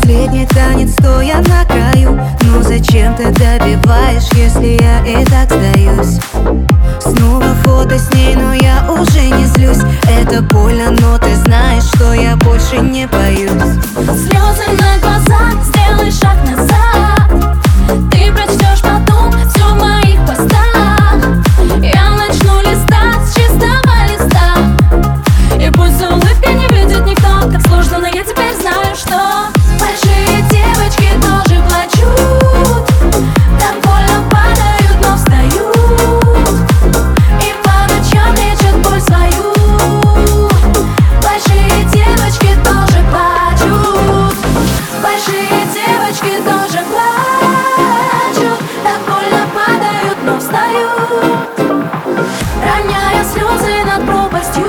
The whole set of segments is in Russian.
Последний танец, стоя на краю. Ну зачем ты добиваешь, если я и так сдаюсь? Снова фото с ней, но я уже не злюсь. Это больно, но ты знаешь, что я больше не боюсь. Слезы на глазах, сделай шаг назад. Ты прочтешь потом все в моих постах. Я начну листать с чистого листа. И пусть за улыбкой не видит никто, как сложно, но я теперь знаю, что большие девочки тоже плачут. Так больно падают, но встают. И по ночам лечат боль свою. Большие девочки тоже плачут. Большие девочки тоже плачут. Так больно падают, но встают, роняя слезы над пропастью.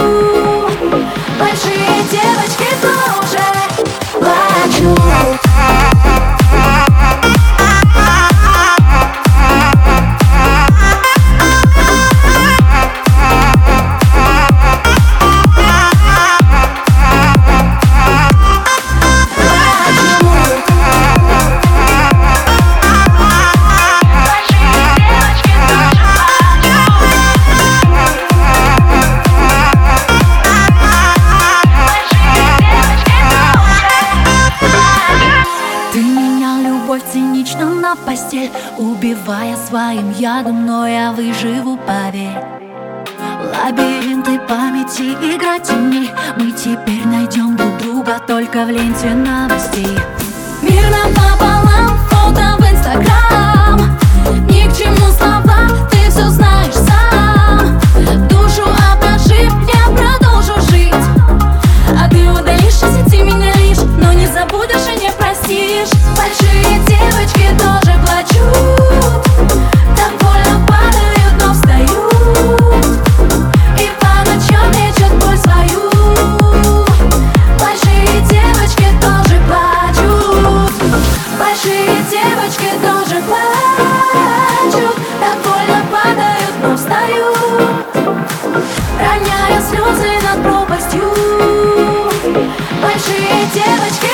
Большие девочки тоже плачут. Цинично на постель, убивая своим ядом, но я выживу, поверь. Лабиринты памяти, игра теней. Мы теперь найдем друг друга только в ленте новостей. Мир нам пополам, фото в Инстаграм. Ни к чему слова, ты все знаешь сам. Душу обнажив, я продолжу жить. А ты удалишь из сети меня лишь, но не забудешь и не простишь. Большие девочки тоже плачут. Так больно падают, но встают. И по ночам лечат боль свою. Большие девочки тоже плачут. Большие девочки тоже плачут. Так больно падают, но встают, роняя слезы над пропастью. Большие девочки